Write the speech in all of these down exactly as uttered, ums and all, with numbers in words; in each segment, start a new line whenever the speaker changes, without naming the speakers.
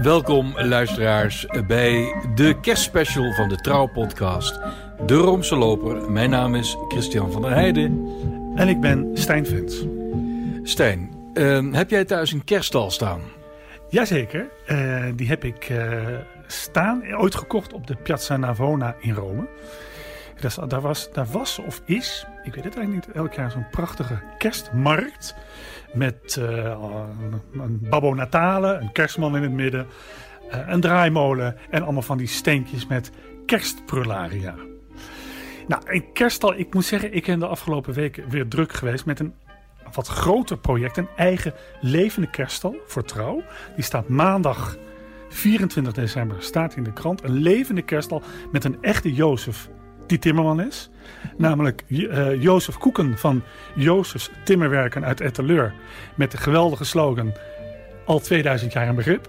Welkom luisteraars bij de kerstspecial van de Trouw podcast De Roomse Loper. Mijn naam is Christian van der Heijden.
En ik ben Stijn Vens.
Stijn, uh, heb jij thuis een kerststal staan?
Jazeker, uh, die heb ik uh, staan, ooit gekocht op de Piazza Navona in Rome. Dus, daar, was, daar was of is, ik weet het eigenlijk niet, elk jaar zo'n prachtige kerstmarkt. Met uh, een Babbo Natale, een kerstman in het midden, uh, een draaimolen en allemaal van die steentjes met kerstprularia. Nou, een kerststal, ik moet zeggen, ik ben de afgelopen weken weer druk geweest met een wat groter project. Een eigen levende kerststal voor Trouw. Die staat maandag vierentwintig december, staat in de krant. Een levende kerststal met een echte Jozef die timmerman is. Namelijk uh, Jozef Koeken van Jozefs Timmerwerken uit Etteleur. Met de geweldige slogan: al tweeduizend jaar een begrip.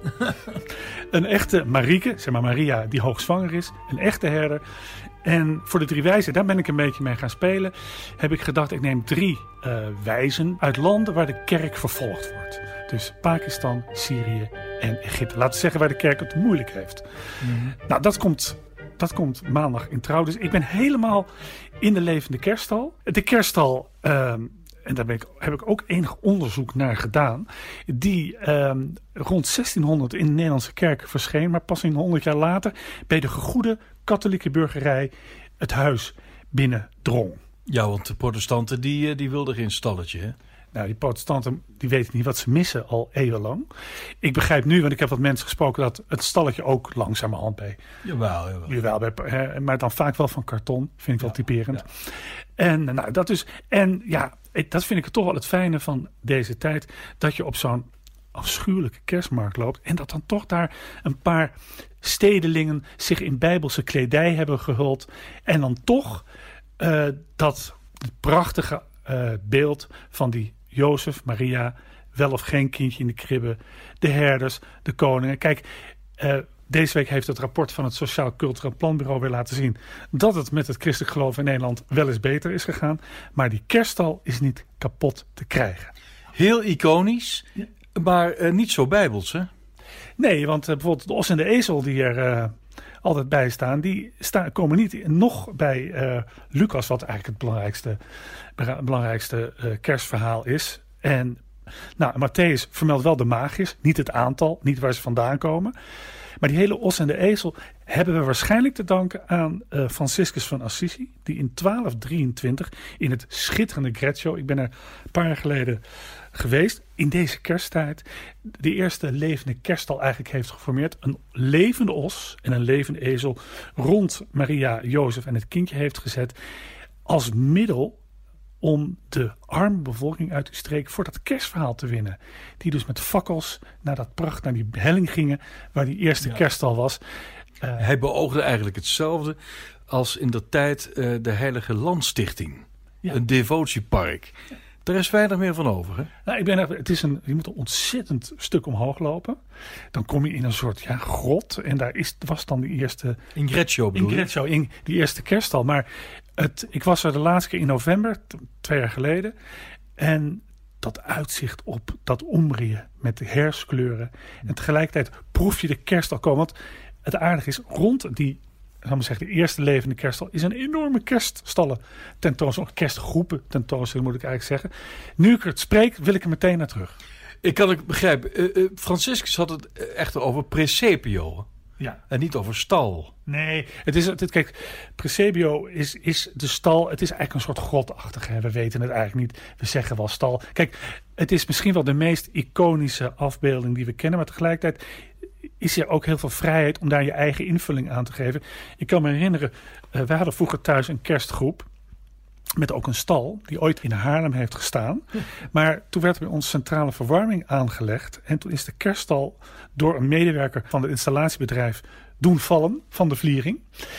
Een echte Marieke, zeg maar Maria, die hoogzwanger is. Een echte herder. En voor de drie wijzen, daar ben ik een beetje mee gaan spelen. Heb ik gedacht, ik neem drie uh, wijzen uit landen waar de kerk vervolgd wordt. Dus Pakistan, Syrië en Egypte. Laten we zeggen waar de kerk het moeilijk heeft. Mm-hmm. Nou, dat komt... Dat komt maandag in Trouw. Dus ik ben helemaal in de levende kerststal. De kerststal, um, en daar ben ik, heb ik ook enig onderzoek naar gedaan. Die um, rond zestienhonderd in de Nederlandse kerk verscheen. Maar pas in honderd jaar later bij de gegoede katholieke burgerij het huis binnendrong.
Ja, want de protestanten die, die wilden geen stalletje, hè?
Nou, die protestanten die weten niet wat ze missen al eeuwenlang. Ik begrijp nu, want ik heb wat mensen gesproken, dat het stalletje ook langzamerhand bij.
Jawel, jawel.
jawel bij, hè, maar dan vaak wel van karton, vind ik ja, wel typerend. Ja. En nou, dat is. En ja, dat vind ik toch wel het fijne van deze tijd. Dat je op zo'n afschuwelijke kerstmarkt loopt. En dat dan toch daar een paar stedelingen zich in bijbelse kledij hebben gehuld. En dan toch uh, dat prachtige uh, beeld van die Jozef, Maria, wel of geen kindje in de kribbe, de herders, de koningen. Kijk, uh, deze week heeft het rapport van het Sociaal Cultureel Planbureau weer laten zien dat het met het christelijk geloof in Nederland wel eens beter is gegaan. Maar die kerststal is niet kapot te krijgen.
Heel iconisch, ja. maar uh, niet zo bijbels, hè?
Nee, want uh, bijvoorbeeld de os en de ezel die er uh, altijd bij staan, die sta- komen niet nog bij uh, Lucas, wat eigenlijk het belangrijkste, belangrijkste uh, kerstverhaal is. En nou, Matthäus vermeldt wel de magiërs, niet het aantal, niet waar ze vandaan komen. Maar die hele os en de ezel hebben we waarschijnlijk te danken aan uh, Franciscus van Assisi, die in twaalf drieëntwintig in het schitterende Greccio, ik ben er een paar jaar geleden geweest, in deze kersttijd de eerste levende kerststal eigenlijk heeft geformeerd. Een levende os en een levende ezel rond Maria, Jozef en het kindje heeft gezet als middel om de arme bevolking uit die streek voor dat kerstverhaal te winnen. Die dus met fakkels naar dat pracht, naar die helling gingen waar die eerste ja. kerststal was.
Uh, Hij beoogde eigenlijk hetzelfde als in de tijd uh, de Heilige Landstichting. Ja. Een devotiepark. Ja. Er is weinig meer van over, hè?
Nou, ik ben er, het is een, je moet een ontzettend stuk omhoog lopen. Dan kom je in een soort ja, grot. En daar is, was dan die eerste...
In Greccio bedoel
In Greccio, in die eerste kerststal. Maar het, ik was er de laatste keer in november, t- twee jaar geleden. En dat uitzicht op dat Umbrië met de herfstkleuren. En tegelijkertijd proef je de kerst al komen. Want het aardige is, rond die... Zal maar zeggen, de eerste levende kerststal is een enorme kerststallen tentoonstelling, kerstgroepen tentoonstelling moet ik eigenlijk zeggen. Nu ik het spreek, wil ik er meteen naar terug.
Ik kan het begrijpen. Uh, uh, Franciscus had het echter over presepio.
Ja.
En niet over stal.
Nee, het is, het, kijk, presepio is, is de stal, het is eigenlijk een soort grotachtig. Hè? We weten het eigenlijk niet. We zeggen wel stal. Kijk, het is misschien wel de meest iconische afbeelding die we kennen, maar tegelijkertijd is er ook heel veel vrijheid om daar je eigen invulling aan te geven. Ik kan me herinneren, uh, we hadden vroeger thuis een kerstgroep met ook een stal die ooit in Haarlem heeft gestaan. Ja. Maar toen werd bij ons centrale verwarming aangelegd en toen is de kerststal door een medewerker van het installatiebedrijf doen vallen van de vliering.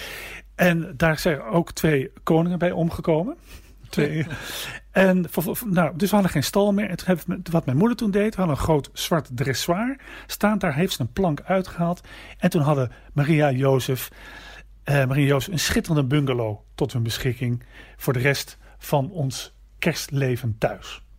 En daar zijn ook twee koningen bij omgekomen. Twee. En, nou, dus we hadden geen stal meer. En toen hebben we, wat mijn moeder toen deed, we hadden een groot zwart dressoir staan. Daar heeft ze een plank uitgehaald. En toen hadden Maria Jozef, uh, Maria Jozef een schitterende bungalow tot hun beschikking voor de rest van ons kerstleven thuis.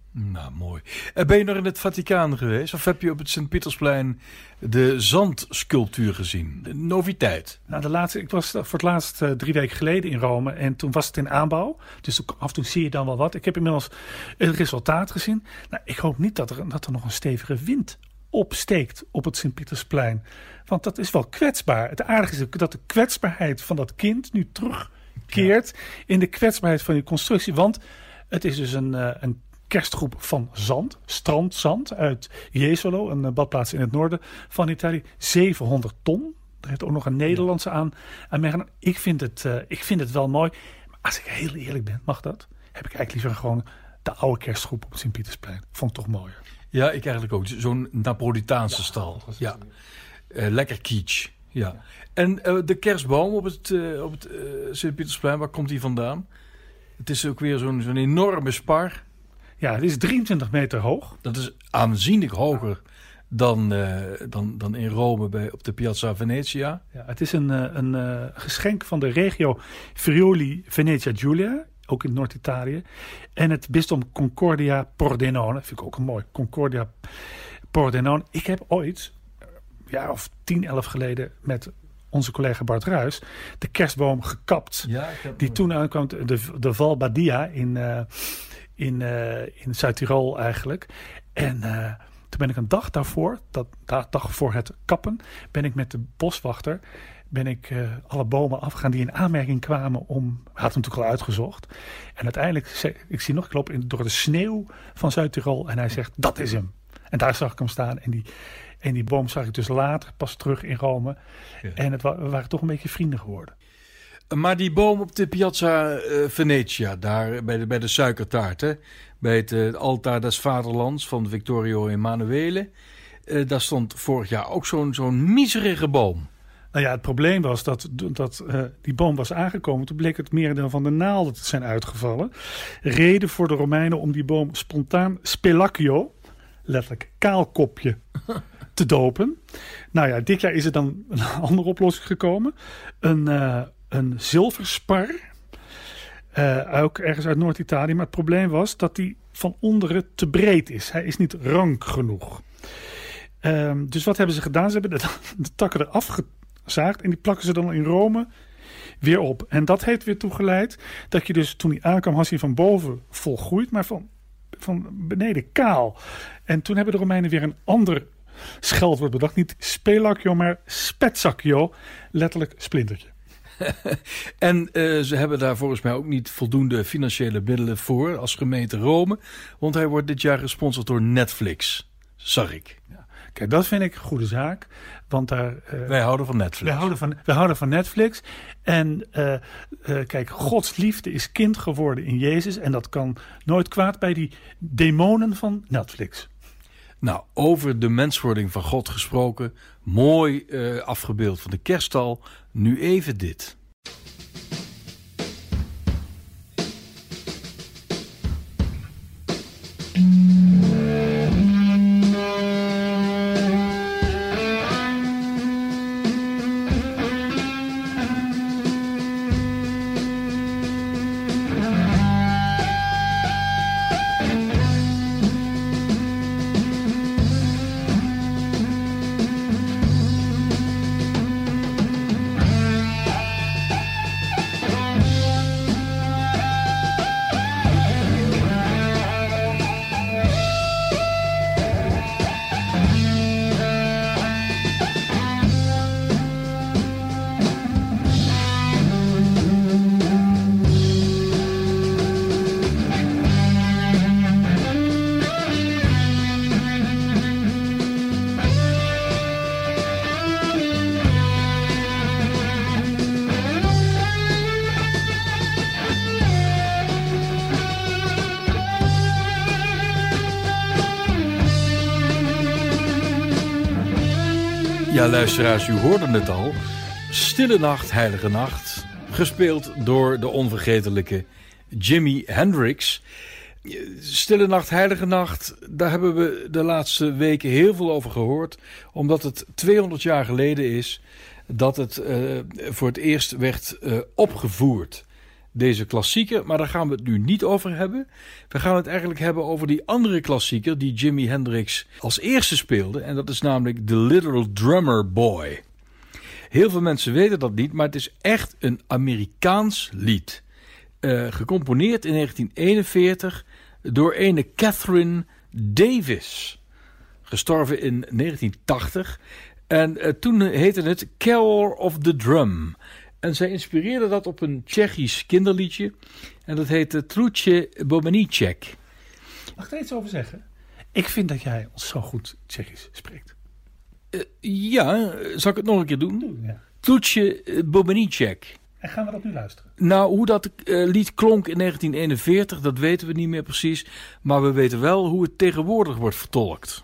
Nou, mooi. En ben je nog in het Vaticaan geweest? Of heb je op het Sint-Pietersplein de zandsculptuur gezien? De noviteit.
Nou, de laatste, ik was voor het laatst uh, drie weken geleden in Rome. En toen was het in aanbouw. Dus af en toe zie je dan wel wat. Ik heb inmiddels het resultaat gezien. Nou, ik hoop niet dat er, dat er nog een stevige wind opsteekt op het Sint-Pietersplein. Want dat is wel kwetsbaar. Het aardige is dat de kwetsbaarheid van dat kind nu terugkeert ja. in de kwetsbaarheid van die constructie. Want het is dus een, uh, een kerstgroep van zand, strandzand uit Jesolo, een badplaats in het noorden van Italië. zevenhonderd ton. Er heeft ook nog een Nederlandse aan, aan meegedaan. Ik vind het, uh, ik vind het wel mooi. Maar als ik heel eerlijk ben, mag dat? Heb ik eigenlijk liever gewoon de oude kerstgroep op het Sint-Pietersplein. Vond ik toch mooier.
Ja, ik eigenlijk ook. Zo'n Napolitaanse ja, stal. Ja. Uh, lekker kitsch. Ja. ja. En uh, de kerstboom op het, uh, op het uh, Sint-Pietersplein, waar komt die vandaan? Het is ook weer zo'n, zo'n enorme spar.
Ja, het is drieëntwintig meter hoog.
Dat is aanzienlijk hoger dan, uh, dan, dan in Rome bij, op de Piazza Venezia.
Ja, het is een, een, een geschenk van de regio Friuli Venezia Giulia, ook in Noord-Italië. En het bisdom Concordia Pordenone, vind ik ook een mooi. Concordia Pordenone. Ik heb ooit, een jaar of tien, elf geleden, met onze collega Bart Ruijs, de kerstboom gekapt. Ja, die toen aankwam, de, de Val Badia in... Uh, In, uh, in Zuid-Tirol eigenlijk. En uh, toen ben ik een dag daarvoor, dat, dat dag voor het kappen, ben ik met de boswachter, ben ik uh, alle bomen afgegaan die in aanmerking kwamen om, we hadden hem natuurlijk al uitgezocht. En uiteindelijk, ik zie nog, ik loop in, door de sneeuw van Zuid-Tirol en hij zegt, dat is hem. En daar zag ik hem staan en die, en die boom zag ik dus later pas terug in Rome. Ja. En het, we waren toch een beetje vrienden geworden.
Maar die boom op de Piazza uh, Venezia, daar bij de, bij de suikertaart, hè? Bij het uh, Altaar des Vaderlands van Vittorio Emanuele, uh, daar stond vorig jaar ook zo'n, zo'n miserige boom.
Nou ja, het probleem was dat, dat uh, die boom was aangekomen. Toen bleek het merendeel van de naalden te zijn uitgevallen. Reden voor de Romeinen om die boom spontaan spelacchio, letterlijk kaalkopje, te dopen. Nou ja, dit jaar is er dan een andere oplossing gekomen. Een... Uh, Een zilverspar, uh, ook ergens uit Noord-Italië. Maar het probleem was dat die van onderen te breed is. Hij is niet rank genoeg. Um, dus wat hebben ze gedaan? Ze hebben de, de takken eraf gezaagd en die plakken ze dan in Rome weer op. En dat heeft weer toegeleid dat je dus toen hij aankwam, was hij van boven volgroeid, maar van, van beneden kaal. En toen hebben de Romeinen weer een ander scheldwoord bedacht. Niet spelacchio, maar spezzacchio. Letterlijk splintertje.
En uh, ze hebben daar volgens mij ook niet voldoende financiële middelen voor als gemeente Rome. Want hij wordt dit jaar gesponsord door Netflix. Zag ik.
Ja. Kijk, dat vind ik een goede zaak. Want daar,
uh, wij houden van Netflix.
Wij houden van, wij houden van Netflix. En uh, uh, kijk, Gods liefde is kind geworden in Jezus. En dat kan nooit kwaad bij die demonen van Netflix.
Nou, over de menswording van God gesproken. Mooi uh, afgebeeld van de kerststal. Nu even dit. Ja, luisteraars, u hoorde het al. Stille Nacht, Heilige Nacht. Gespeeld door de onvergetelijke Jimi Hendrix. Stille Nacht, Heilige Nacht. Daar hebben we de laatste weken heel veel over gehoord. Omdat het tweehonderd jaar geleden is dat het uh, voor het eerst werd uh, opgevoerd. deze klassieker, maar daar gaan we het nu niet over hebben. We gaan het eigenlijk hebben over die andere klassieker die Jimi Hendrix als eerste speelde. En dat is namelijk The Little Drummer Boy. Heel veel mensen weten dat niet, maar het is echt een Amerikaans lied. Uh, gecomponeerd in negentien eenenveertig door ene Catherine Davis. Gestorven in negentien tachtig. En uh, toen heette het Carol of the Drum. En zij inspireerde dat op een Tsjechisch kinderliedje. En dat heette Trutje Bomeníček.
Mag ik er iets over zeggen? Ik vind dat jij ons zo goed Tsjechisch spreekt.
Uh, ja, zal ik het nog een keer doen?
Doe, ja.
Trutje Bomeníček.
En gaan we dat nu luisteren?
Nou, hoe dat uh, lied klonk in negentien eenenveertig, dat weten we niet meer precies. Maar we weten wel hoe het tegenwoordig wordt vertolkt.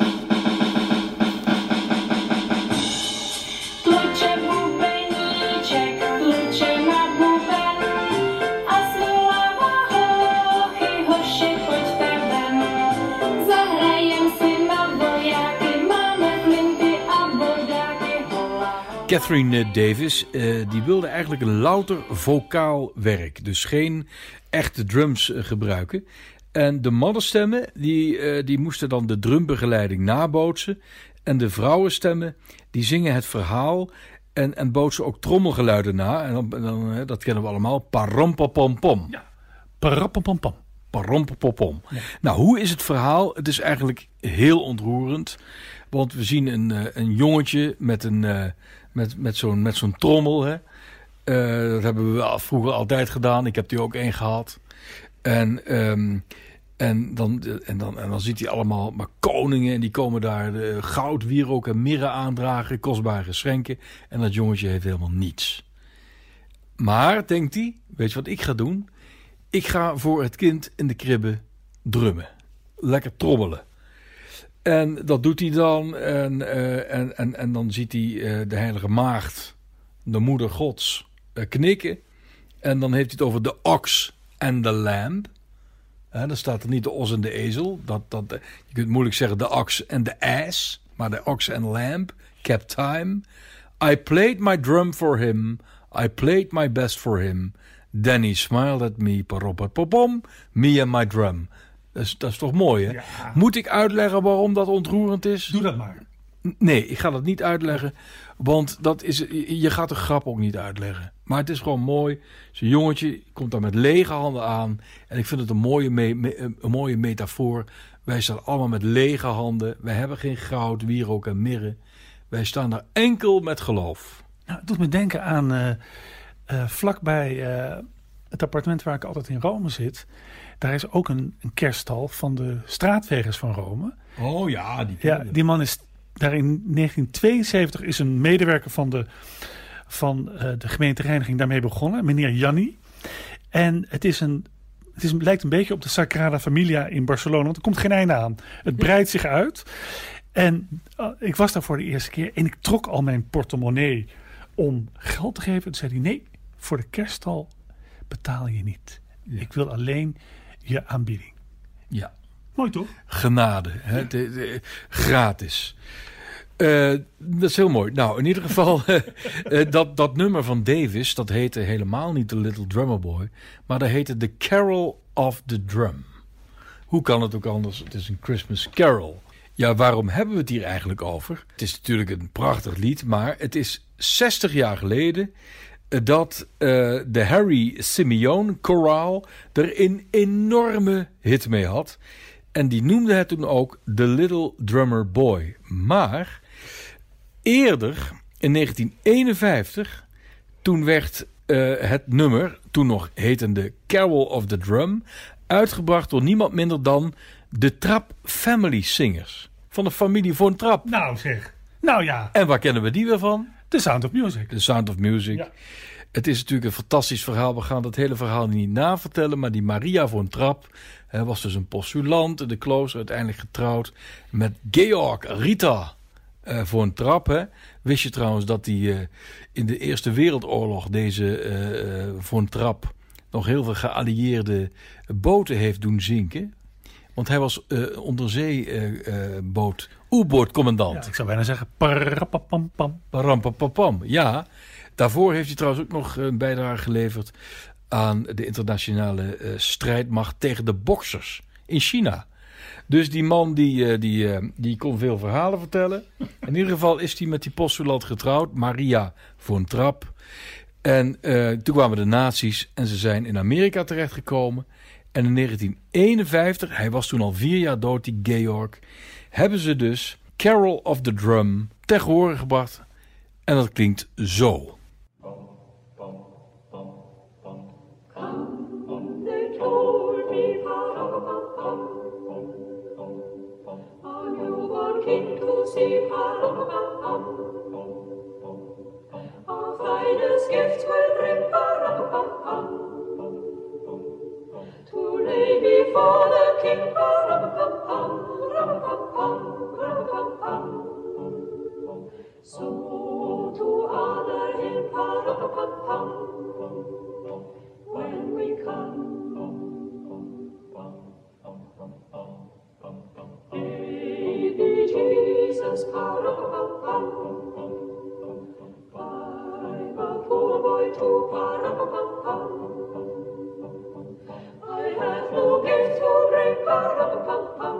Catherine Davis, uh, die wilde eigenlijk een louter vocaal werk. Dus geen echte drums uh, gebruiken. En de mannenstemmen, die, uh, die moesten dan de drumbegeleiding nabootsen. En de vrouwenstemmen, die zingen het verhaal en, en bootsen ook trommelgeluiden na. En dan, dan, uh, dat kennen we allemaal. Parampapampom.
Ja, parampapampom.
Parampapampom. Ja. Nou, hoe is het verhaal? Het is eigenlijk heel ontroerend. Want we zien een, uh, een jongetje met een... Uh, Met, met zo'n met zo'n trommel. Hè. Uh, dat hebben we wel vroeger altijd gedaan. Ik heb die ook één gehad. En, um, en, dan, en, dan, en dan ziet hij allemaal maar koningen. En die komen daar de goud, wierook en mirre aandragen. Kostbare geschenken. En dat jongetje heeft helemaal niets. Maar, denkt hij, weet je wat ik ga doen? Ik ga voor het kind in de kribbe drummen. Lekker trommelen. En dat doet hij dan. En, uh, en, en, en dan ziet hij uh, de heilige maagd, de moeder gods, uh, knikken. En dan heeft hij het over de ox en de lamb. Uh, dan staat er niet de os en de ezel. Dat, dat, uh, je kunt moeilijk zeggen de ox en de ass. Maar de ox en lamb. Kept time. I played my drum for him. I played my best for him. Then he smiled at me. Paropapopom. Me and my drum. Dat is, dat is toch mooi, hè? Ja. Moet ik uitleggen waarom dat ontroerend is?
Doe dat maar.
Nee, ik ga dat niet uitleggen. Want dat is, je gaat de grap ook niet uitleggen. Maar het is gewoon mooi. Zo'n jongetje komt daar met lege handen aan. En ik vind het een mooie, me, me, een mooie metafoor. Wij staan allemaal met lege handen. Wij hebben geen goud, wierook en mirre. Wij staan daar enkel met geloof.
Nou, het doet me denken aan uh, uh, vlakbij uh, het appartement waar ik altijd in Rome zit. Daar is ook een, een kerststal van de straatvegers van Rome.
Oh ja, die
ja, die man is daar in negentien tweeënzeventig is een medewerker van de, van, uh, de gemeentereiniging daarmee begonnen. Meneer Janni. En het is een Het is, lijkt een beetje op de Sagrada Familia in Barcelona. Want er komt geen einde aan. Het breidt zich uit. En uh, ik was daar voor de eerste keer. En ik trok al mijn portemonnee om geld te geven. Toen zei hij, nee, voor de kerststal betaal je niet. Ja. Ik wil alleen je aanbieding.
Ja.
Mooi toch?
Genade. Hè? Ja. De, de, gratis. Uh, dat is heel mooi. Nou, in ieder geval, uh, uh, dat, dat nummer van Davis, dat heette helemaal niet The Little Drummer Boy, maar dat heette The Carol of the Drum. Hoe kan het ook anders? Het is een Christmas Carol. Ja, waarom hebben we het hier eigenlijk over? Het is natuurlijk een prachtig lied, maar het is zestig jaar geleden uh, dat uh, de Harry Simeon Chorale er een enorme hit mee had. En die noemde het toen ook The Little Drummer Boy. Maar eerder, in negentien eenenvijftig, toen werd uh, het nummer, toen nog hetende Carol of the Drum, uitgebracht door niemand minder dan de Trapp Family Singers. Van de familie Von Trapp.
Nou zeg. Nou ja.
En waar kennen we die weer van?
The Sound of Music.
The Sound of Music. Ja. Het is natuurlijk een fantastisch verhaal. We gaan dat hele verhaal niet navertellen. Maar die Maria Von Trapp hè, was dus een postulant in de klooster. Uiteindelijk getrouwd met Georg Rita uh, Von Trapp. Hè. Wist je trouwens dat hij uh, in de Eerste Wereldoorlog deze uh, Von Trapp nog heel veel geallieerde boten heeft doen zinken? Want hij was uh, onderzeeboot, uh, U-bootcommandant.
Ja, ik zou bijna zeggen parapapampam.
Parampapapam, ja. Daarvoor heeft hij trouwens ook nog een bijdrage geleverd aan de internationale uh, strijdmacht tegen de boksers in China. Dus die man die, uh, die, uh, die kon veel verhalen vertellen. In ieder geval is hij met die postulant getrouwd, Maria von Trapp. En uh, toen kwamen de nazi's en ze zijn in Amerika terechtgekomen. En in negentien eenenvijftig, hij was toen al vier jaar dood, die Georg, hebben ze dus Carol of the Drum ter gehore gebracht. En dat klinkt zo.
To lay before the king, pa-rum-pum-pum, rum-pum-pum, rum-pum-pum. So to honor him, pa-rum-pum-pum, when we come. Baby Jesus, pa-rum-pum-pum, I'm a poor boy too, pa-rum-pum-pum. I have no gift to bring, pa-rum-pum-pum,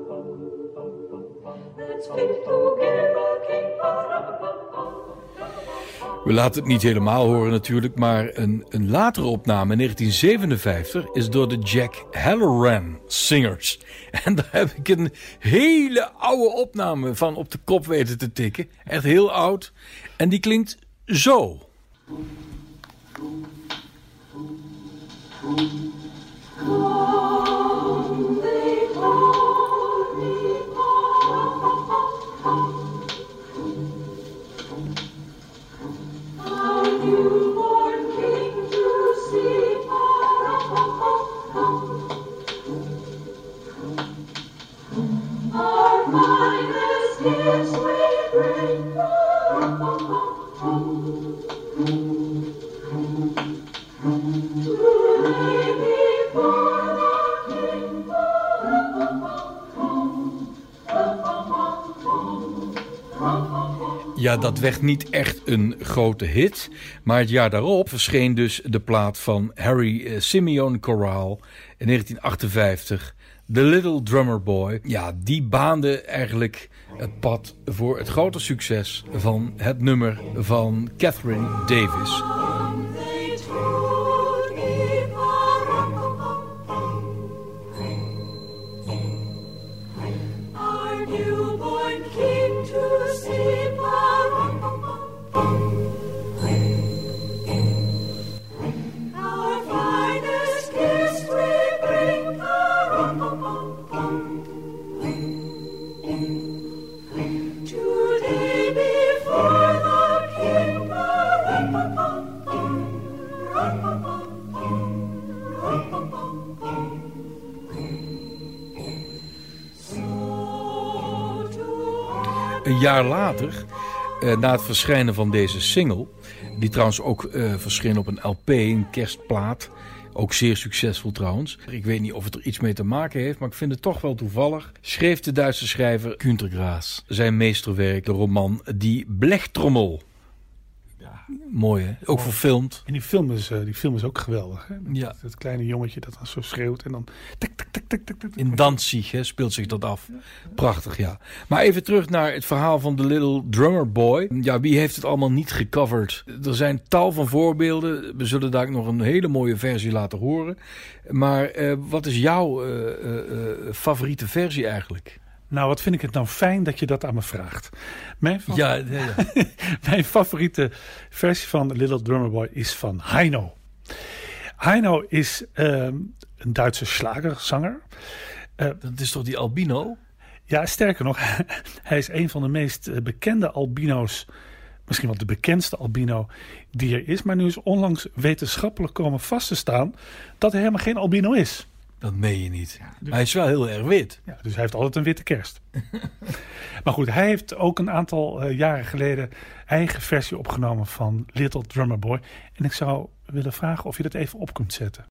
that's fit to give a king, pa-rum-pum-pum.
We laten het niet helemaal horen natuurlijk, maar een, een latere opname in negentien zevenenvijftig is door de Jack Halloran Singers. En daar heb ik een hele oude opname van op de kop weten te tikken. Echt heel oud. En die klinkt zo.
Come, they call me, our newborn king to see, our finest gifts we bring, to lay before the king.
Ja, dat werd niet echt een grote hit. Maar het jaar daarop verscheen dus de plaat van Harry Simeon Chorale in negentien achtenvijftig. The Little Drummer Boy. Ja, die baande eigenlijk het pad voor het grote succes van het nummer van Catherine Davis. Een jaar later, uh, na het verschijnen van deze single, die trouwens ook uh, verscheen op een L P, een kerstplaat, ook zeer succesvol trouwens. Ik weet niet of het er iets mee te maken heeft, maar ik vind het toch wel toevallig. Schreef de Duitse schrijver Günter Grass zijn meesterwerk, de roman Die Blechtrommel. Ja, mooi hè, ook verfilmd.
En die film is, uh, die film is ook geweldig. Hè? Dat,
ja.
dat kleine jongetje dat dan zo schreeuwt en dan... Tik, tik, tik, tik, tik, tik.
In Danzig hè, speelt zich dat af. Prachtig, ja. Maar even terug naar het verhaal van The Little Drummer Boy. Ja, wie heeft het allemaal niet gecoverd? Er zijn tal van voorbeelden. We zullen daar nog een hele mooie versie laten horen. Maar uh, wat is jouw uh, uh, uh, favoriete versie eigenlijk?
Nou, wat vind ik het nou fijn dat je dat aan me vraagt. Mijn, fa-
ja, ja, ja.
Mijn favoriete versie van The Little Drummer Boy is van Heino. Heino is um, een Duitse schlagerzanger. Uh,
dat is toch die albino?
Ja, sterker nog, hij is een van de meest bekende albino's. Misschien wel de bekendste albino die er is. Maar nu is onlangs wetenschappelijk komen vast te staan dat hij helemaal geen albino is.
Dat meen je niet. Ja, dus, maar hij is wel heel erg wit.
Ja, dus hij heeft altijd een witte kerst. Maar goed, hij heeft ook een aantal uh, jaren geleden eigen versie opgenomen van Little Drummer Boy. En ik zou willen vragen of je dat even op kunt zetten.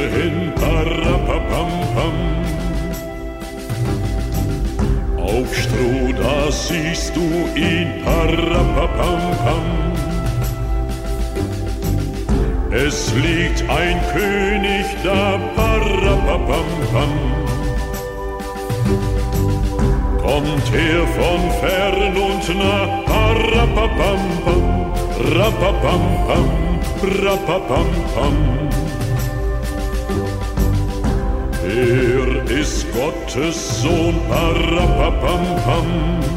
hierhin, parapapam. Auf Stroh, da siehst du ihn, parapapam. Es liegt ein König da, parapapam. Kommt er von fern und nah, parapapam, rapapam, rapapam. Er ist Gottes Sohn, parapapam,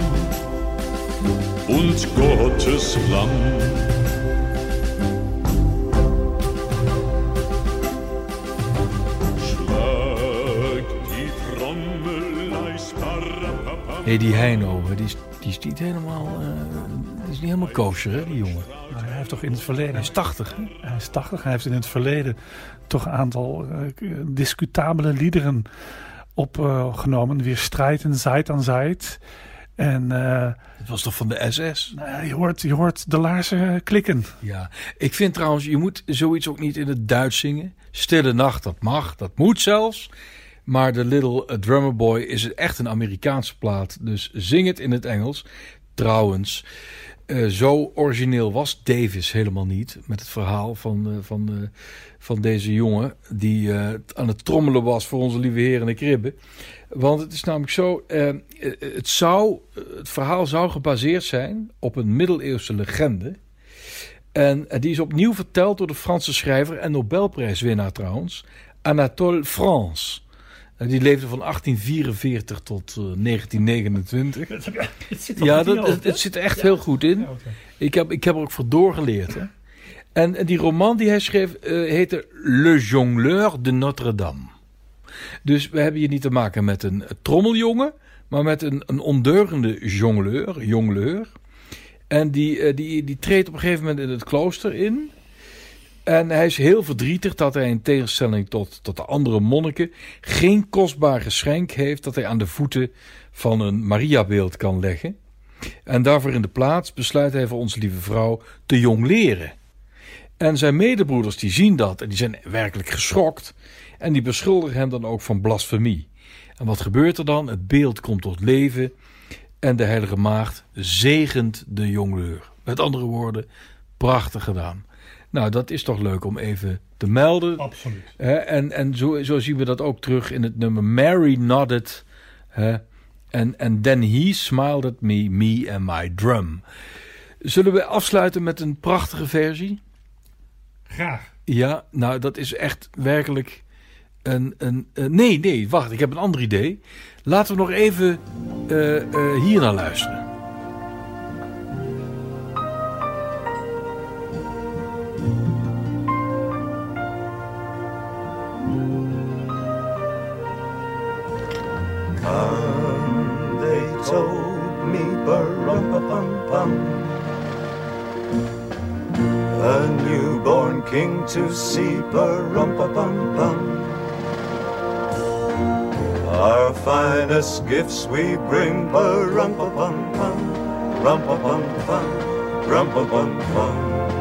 und Gottes Lamm.
Hey, die Heino, die is, die is niet helemaal, uh, die is niet helemaal kosher, hè, die jongen.
Nou, hij heeft toch in het verleden...
Hij is tachtig, hè?
Hij is tachtig. Hij heeft in het verleden toch een aantal uh, discutabele liederen opgenomen. Uh, Weer strijden, zijt aan zijt. En... Uh,
Het was toch van de S S?
Nou ja, je hoort, je hoort de laarzen klikken.
Ja, ik vind trouwens, je moet zoiets ook niet in het Duits zingen. Stille Nacht, dat mag, dat moet zelfs. Maar The Little Drummer Boy is echt een Amerikaanse plaat. Dus zing het in het Engels. Trouwens, uh, zo origineel was Davis helemaal niet. Met het verhaal van, uh, van, uh, van deze jongen. Die uh, aan het trommelen was voor onze lieve Heer in de kribben. Want het is namelijk zo. Uh, het, zou, het verhaal zou gebaseerd zijn op een middeleeuwse legende. En uh, die is opnieuw verteld door de Franse schrijver en Nobelprijswinnaar trouwens. Anatole France. Die leefde van achttien vierenveertig tot uh, negentien negenentwintig.
Het zit
ja, dat, het, het zit er echt ja. heel goed in.
Ja, okay.
ik, heb, ik heb er ook voor doorgeleerd. Hè. En, en die roman die hij schreef uh, heette Le Jongleur de Notre-Dame. Dus we hebben hier niet te maken met een trommeljongen, maar met een, een ondeugende jongleur, jongleur. En die, uh, die, die treedt op een gegeven moment in het klooster in. En hij is heel verdrietig dat hij in tegenstelling tot, tot de andere monniken geen kostbaar geschenk heeft dat hij aan de voeten van een Mariabeeld kan leggen. En daarvoor in de plaats besluit hij voor onze lieve vrouw te jongleren. En zijn medebroeders die zien dat en die zijn werkelijk geschokt. En die beschuldigen hem dan ook van blasfemie. En wat gebeurt er dan? Het beeld komt tot leven en de heilige maagd zegent de jongleur. Met andere woorden, prachtig gedaan. Nou, dat is toch leuk om even te melden.
Absoluut.
Hè? En, en zo, zo zien we dat ook terug in het nummer Mary Nodded. Hè? En, en then he smiled at me, me and my drum. Zullen we afsluiten met een prachtige versie?
Graag.
Ja, nou dat is echt werkelijk een... een, een nee, nee, wacht, ik heb een ander idee. Laten we nog even uh, uh, hier naar luisteren.
Come, they told me, ba-rum-pa-pum-pum, a newborn king to see, ba-rum-pa-pum-pum. Our finest gifts we bring, ba-rum-pa-pum-pum, rum-pa-pum-pum, rum-pa-pum-pum.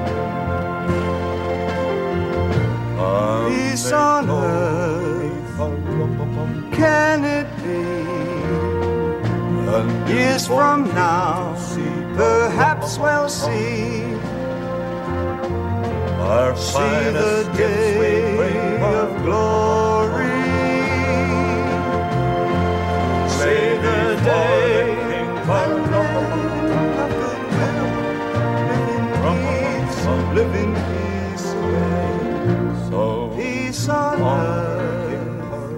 Peace on earth, can it be? Years from now, perhaps we'll see. Our see the day of glory. Say the day when live in peace, so peace on earth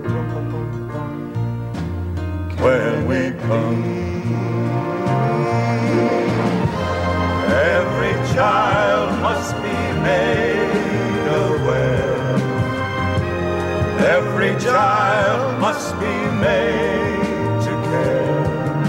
when we come. Every child must be made aware. Every child must be made to care.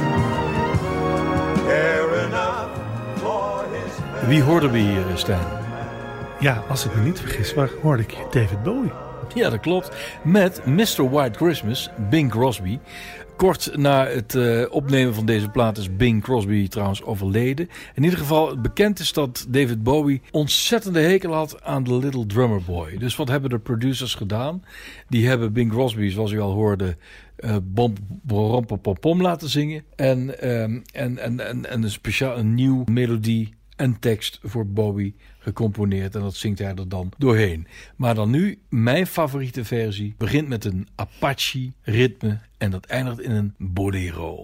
Care enough for his.
Wie hoorden we hier, Stijn?
Ja, als ik me niet vergis, waar hoorde ik hier David Bowie?
Ja, dat klopt. Met mister White Christmas, Bing Crosby. Kort na het uh, opnemen van deze plaat is Bing Crosby trouwens overleden. In ieder geval, bekend is dat David Bowie ontzettende hekel had aan The Little Drummer Boy. Dus wat hebben de producers gedaan? Die hebben Bing Crosby, zoals u al hoorde, uh, bom, bom, bom, bom, bom laten zingen. En, um, en, en, en, en een speciaal een nieuw melodie en tekst voor Bowie gecomponeerd. En dat zingt hij er dan doorheen. Maar dan nu, mijn favoriete versie begint met een Apache-ritme en dat eindigt in een bolero.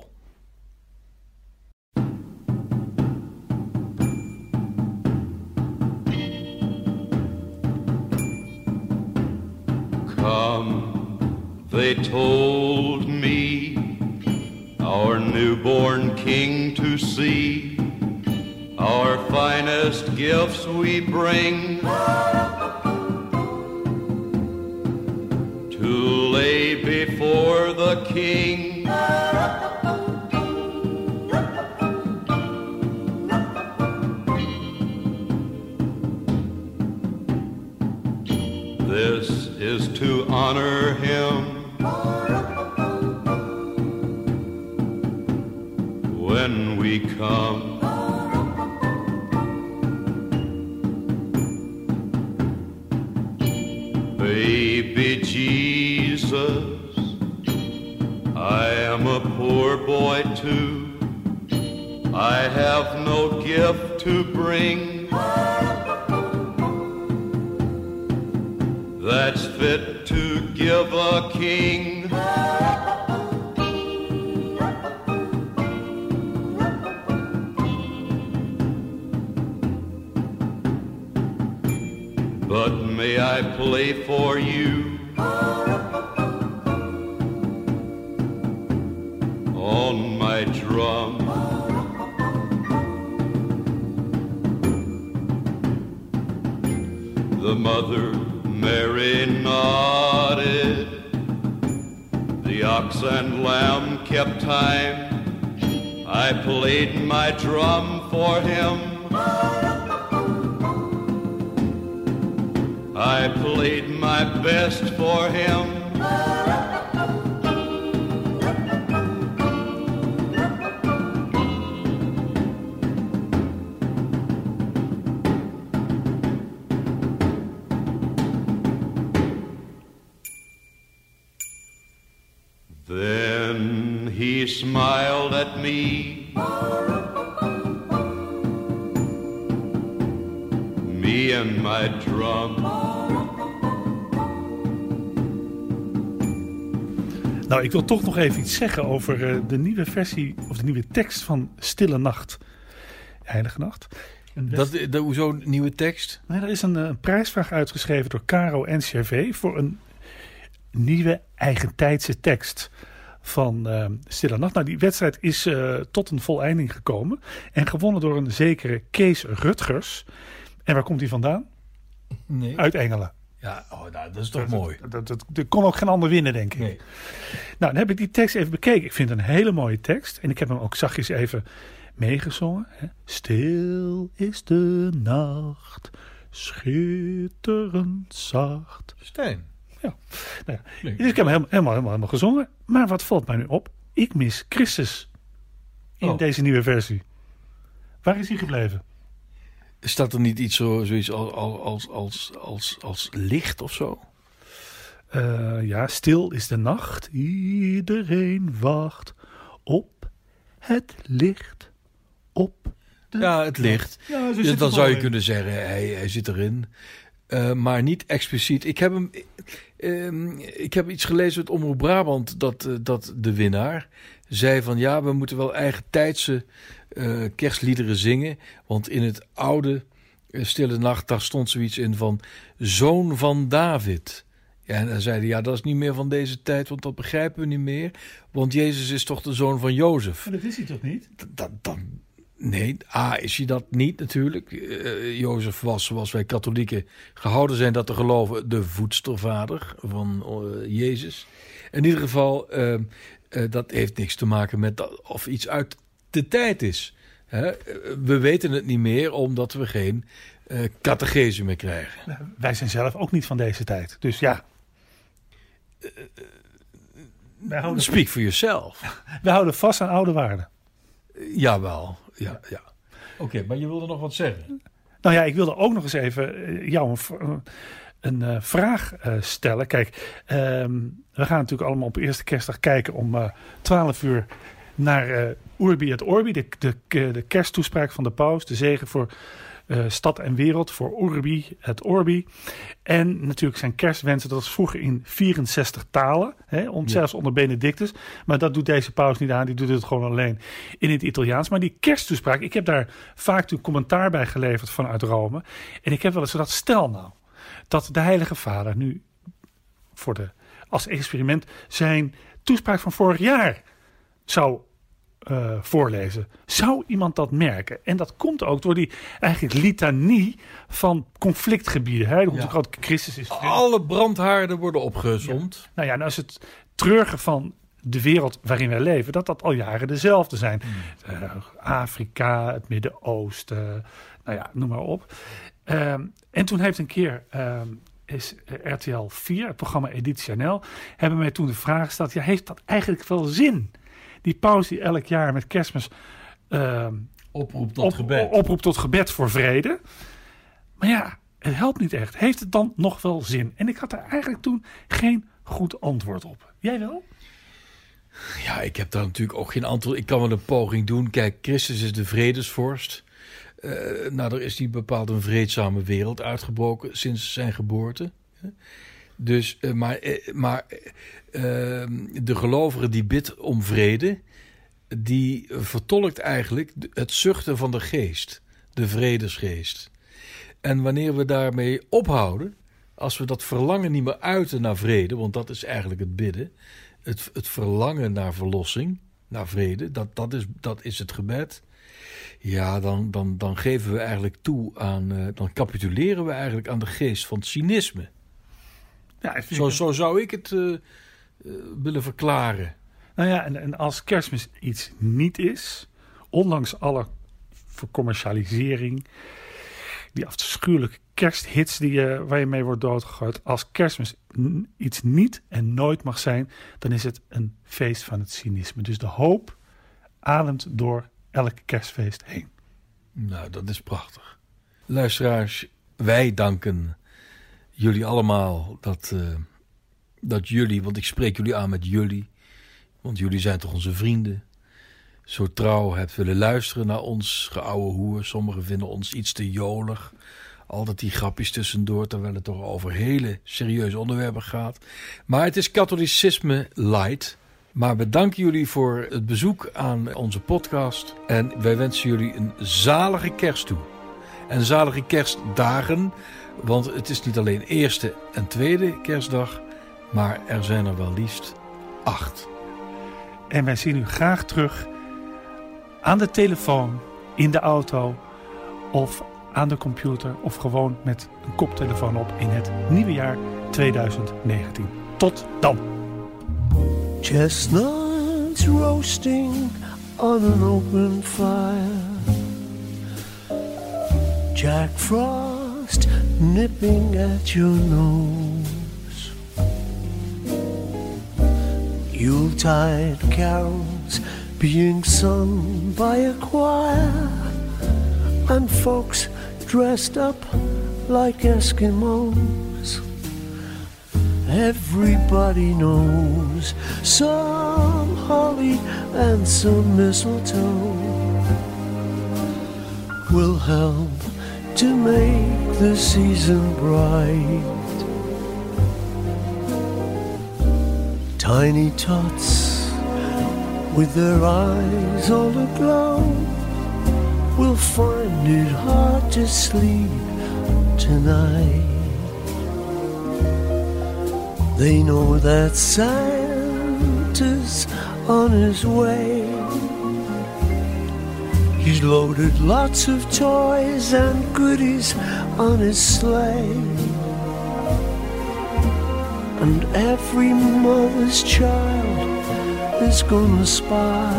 Come, they told me, our newborn king to see. Our finest gifts we bring to lay before the king. This is to honor him when we come. Baby Jesus, I am a poor boy too. I have no gift to bring that's fit to give a king. But may I play for you on my drum? The mother Mary nodded, the ox and lamb kept time. I played my drum for him. I played my best for him. Then he smiled at me, me and my drum.
Nou, ik wil toch nog even iets zeggen over uh, de nieuwe versie, of de nieuwe tekst van Stille Nacht. Heilige Nacht.
Dat, dat, hoezo een nieuwe tekst?
Nee, er is een, een prijsvraag uitgeschreven door Caro N C R V voor een nieuwe eigentijdse tekst van uh, Stille Nacht. Nou, die wedstrijd is uh, tot een voleinding gekomen en gewonnen door een zekere Kees Rutgers. En waar komt hij vandaan?
Nee.
Uit Engelen.
Ja, oh, nou, dat is toch
dat,
mooi.
Dat, dat, dat, er kon ook geen ander winnen, denk ik.
Nee.
Nou, dan heb ik die tekst even bekeken. Ik vind het een hele mooie tekst. En ik heb hem ook zachtjes even meegezongen. Hè. Stil is de nacht, schitterend zacht.
Stijn.
Ja. Nou ja. Nee. Dus ik heb hem helemaal, helemaal, helemaal, helemaal gezongen. Maar wat valt mij nu op? Ik mis Christus in oh. deze nieuwe versie. Waar is hij gebleven?
Staat er niet iets zo, zoiets als, als, als, als, als licht of zo?
Uh, ja, stil is de nacht. Iedereen wacht op het licht. Op de
ja, het licht.
Ja, zo
dus dan zou je in. kunnen zeggen, hij, hij zit erin. Uh, maar niet expliciet. Ik heb, hem, uh, ik heb iets gelezen uit Omroep Brabant dat, uh, dat de winnaar zei van ja, we moeten wel eigen tijdse uh, kerstliederen zingen. Want in het oude uh, Stille Nacht, daar stond zoiets in van Zoon van David. Ja, en dan zeiden ja, dat is niet meer van deze tijd, want dat begrijpen we niet meer. Want Jezus is toch de zoon van Jozef.
Maar dat is hij toch niet?
Dat, dat, nee, A, is hij dat niet natuurlijk. Uh, Jozef was, zoals wij katholieken gehouden zijn dat te geloven, de voedstervader van uh, Jezus. In ieder geval, uh, uh, dat heeft niks te maken met dat, of iets uit de tijd is. Hè? We weten het niet meer, omdat we geen uh, catechese meer krijgen.
Wij zijn zelf ook niet van deze tijd, dus ja. Wij houden,
Speak for yourself.
wij houden vast aan oude waarden.
Jawel, ja, ja. Oké, okay, maar je wilde nog wat zeggen?
Nou ja, ik wilde ook nog eens even uh, jou een, v- een uh, vraag uh, stellen. Kijk, um, we gaan natuurlijk allemaal op eerste kerstdag kijken om uh, twaalf uur naar uh, Urbi et Orbi, de, de, de kersttoespraak van de paus, de zegen voor uh, stad en wereld, voor Urbi et Orbi. En natuurlijk zijn kerstwensen, dat was vroeger in vierenzestig talen, hè, om, ja. zelfs onder Benedictus. Maar dat doet deze paus niet aan, die doet het gewoon alleen in het Italiaans. Maar die kersttoespraak, ik heb daar vaak natuurlijk commentaar bij geleverd vanuit Rome. En ik heb wel eens gedacht, stel nou dat de Heilige Vader nu voor de, als experiment zijn toespraak van vorig jaar zou uh, voorlezen. Zou iemand dat merken? En dat komt ook door die eigenlijk litanie van conflictgebieden. Hè? Ja. Groot Christus is
alle brandhaarden worden opgezond.
Ja. Nou ja, nou is het treurige van de wereld waarin wij leven, dat dat al jaren dezelfde zijn. Hmm. Uh, Afrika, het Midden-Oosten, nou ja, noem maar op. Um, en toen heeft een keer um, is R T L vier, het programma Editie N L, hebben mij toen de vraag gesteld, ja, heeft dat eigenlijk wel zin? Die paus die elk jaar met Kerstmis uh,
oproept tot
op,
gebed.
oproept tot gebed voor vrede. Maar ja, het helpt niet echt. Heeft het dan nog wel zin? En ik had er eigenlijk toen geen goed antwoord op. Jij wel?
Ja, ik heb daar natuurlijk ook geen antwoord. Ik kan wel een poging doen. Kijk, Christus is de vredesvorst. Uh, nou, er is niet bepaald een vreedzame wereld uitgebroken sinds zijn geboorte. Dus, uh, maar, uh, maar uh, de gelovige die bidt om vrede, die vertolkt eigenlijk het zuchten van de geest, de vredesgeest. En wanneer we daarmee ophouden, als we dat verlangen niet meer uiten naar vrede, want dat is eigenlijk het bidden, het, het verlangen naar verlossing, naar vrede, dat, dat, is, dat is het gebed. Ja, dan, dan, dan geven we eigenlijk toe aan, uh, dan capituleren we eigenlijk aan de geest van het cynisme. Ja, zo, zo zou ik het uh, uh, willen verklaren.
Nou ja, en, en als Kerstmis iets niet is, ondanks alle vercommercialisering, die afschuwelijke kersthits die je, waar je mee wordt doodgegooid, als Kerstmis n- iets niet en nooit mag zijn, dan is het een feest van het cynisme. Dus de hoop ademt door elk kerstfeest heen.
Nou, dat is prachtig. Luisteraars, wij danken jullie allemaal dat, uh, dat jullie, want ik spreek jullie aan met jullie, want jullie zijn toch onze vrienden, zo trouw hebt willen luisteren naar ons geouwe hoer. Sommigen vinden ons iets te jolig. Altijd die grapjes tussendoor, terwijl het toch over hele serieuze onderwerpen gaat. Maar het is katholicisme light. Maar we danken jullie voor het bezoek aan onze podcast. En wij wensen jullie een zalige kerst toe. En zalige kerstdagen. Want het is niet alleen eerste en tweede kerstdag. Maar er zijn er wel liefst acht.
En wij zien u graag terug aan de telefoon, in de auto of aan de computer. Of gewoon met een koptelefoon op in het nieuwe jaar tweeduizend negentien. Tot dan!
Chestnuts roasting on an open fire, Jack Frost nipping at your nose, Yuletide carols being sung by a choir, and folks dressed up like Eskimos. Everybody knows some holly and some mistletoe will help to make the season bright. Tiny tots with their eyes all aglow will find it hard to sleep tonight. They know that Santa's on his way. He's loaded lots of toys and goodies on his sleigh. And every mother's child is gonna spy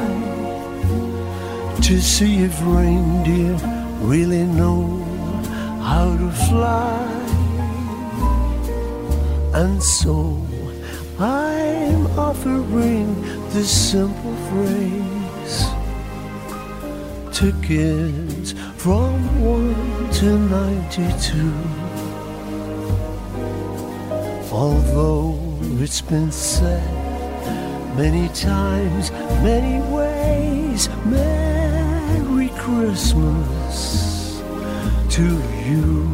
to see if reindeer really know how to fly. And so I'm offering this simple phrase to kids from one to ninety-two. Although it's been said many times, many ways, Merry Christmas to you.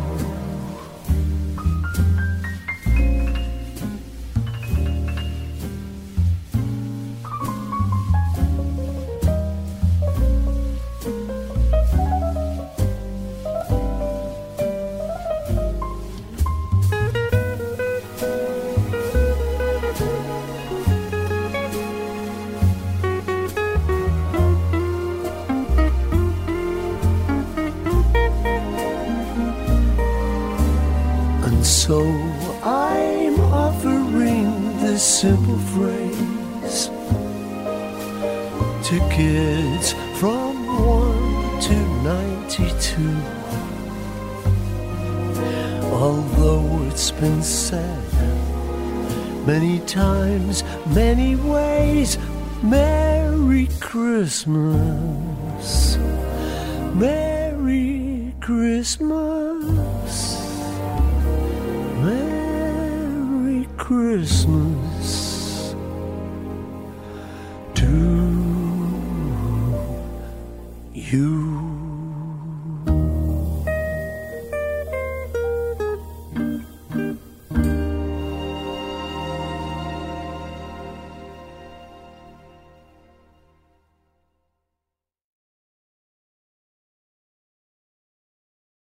So I'm offering this simple phrase to kids from one to ninety-two. Although it's been said many times, many ways, Merry Christmas, Merry Christmas, Merry Christmas